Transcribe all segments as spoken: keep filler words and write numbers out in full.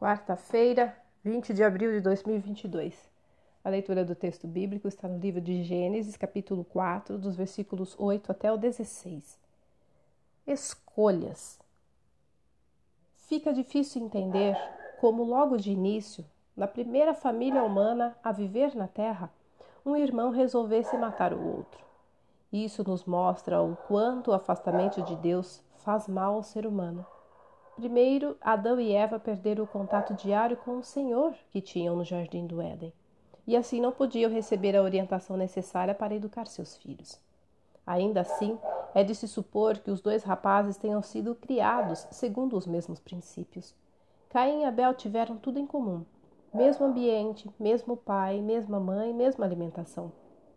Quarta-feira, vinte de abril de dois mil e vinte e dois. A leitura do texto bíblico está no livro de Gênesis, capítulo quatro, dos versículos oito até o dezesseis. Escolhas. Fica difícil entender como logo de início, na primeira família humana a viver na Terra, um irmão resolvesse matar o outro. Isso nos mostra o quanto o afastamento de Deus faz mal ao ser humano. Primeiro, Adão e Eva perderam o contato diário com o Senhor que tinham no Jardim do Éden, e assim não podiam receber a orientação necessária para educar seus filhos. Ainda assim, é de se supor que os dois rapazes tenham sido criados segundo os mesmos princípios. Caim e Abel tiveram tudo em comum: mesmo ambiente, mesmo pai, mesma mãe, mesma alimentação.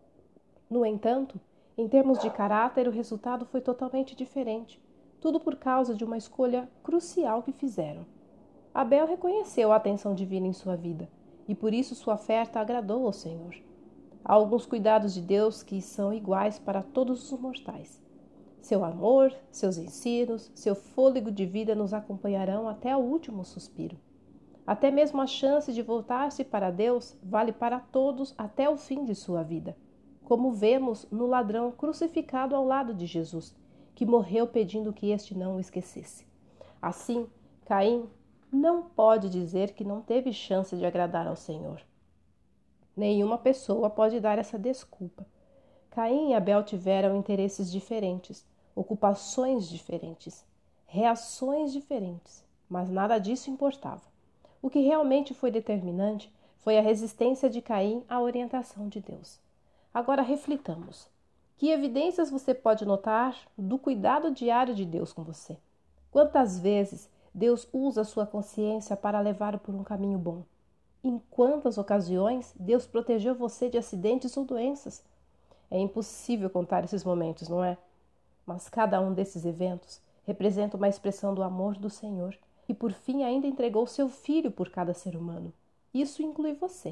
No entanto, em termos de caráter, o resultado foi totalmente diferente. Tudo por causa de uma escolha crucial que fizeram. Abel reconheceu a atenção divina em sua vida, e por isso sua oferta agradou ao Senhor. Há alguns cuidados de Deus que são iguais para todos os mortais. Seu amor, seus ensinos, seu fôlego de vida nos acompanharão até o último suspiro. Até mesmo a chance de voltar-se para Deus vale para todos até o fim de sua vida, como vemos no ladrão crucificado ao lado de Jesus, que morreu pedindo que este não o esquecesse. Assim, Caim não pode dizer que não teve chance de agradar ao Senhor. Nenhuma pessoa pode dar essa desculpa. Caim e Abel tiveram interesses diferentes, ocupações diferentes, reações diferentes, mas nada disso importava. O que realmente foi determinante foi a resistência de Caim à orientação de Deus. Agora reflitamos. Que evidências você pode notar do cuidado diário de Deus com você? Quantas vezes Deus usa a sua consciência para levá-lo por um caminho bom? Em quantas ocasiões Deus protegeu você de acidentes ou doenças? É impossível contar esses momentos, não é? Mas cada um desses eventos representa uma expressão do amor do Senhor, e por fim ainda entregou seu Filho por cada ser humano. Isso inclui você.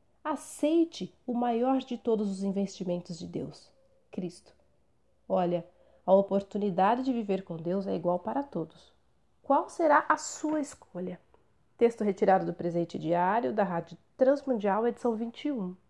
Aceite o maior de todos os investimentos de Deus, Cristo. Olha, a oportunidade de viver com Deus é igual para todos. Qual será a sua escolha? Texto retirado do Presente Diário da Rádio Transmundial, edição vinte e um.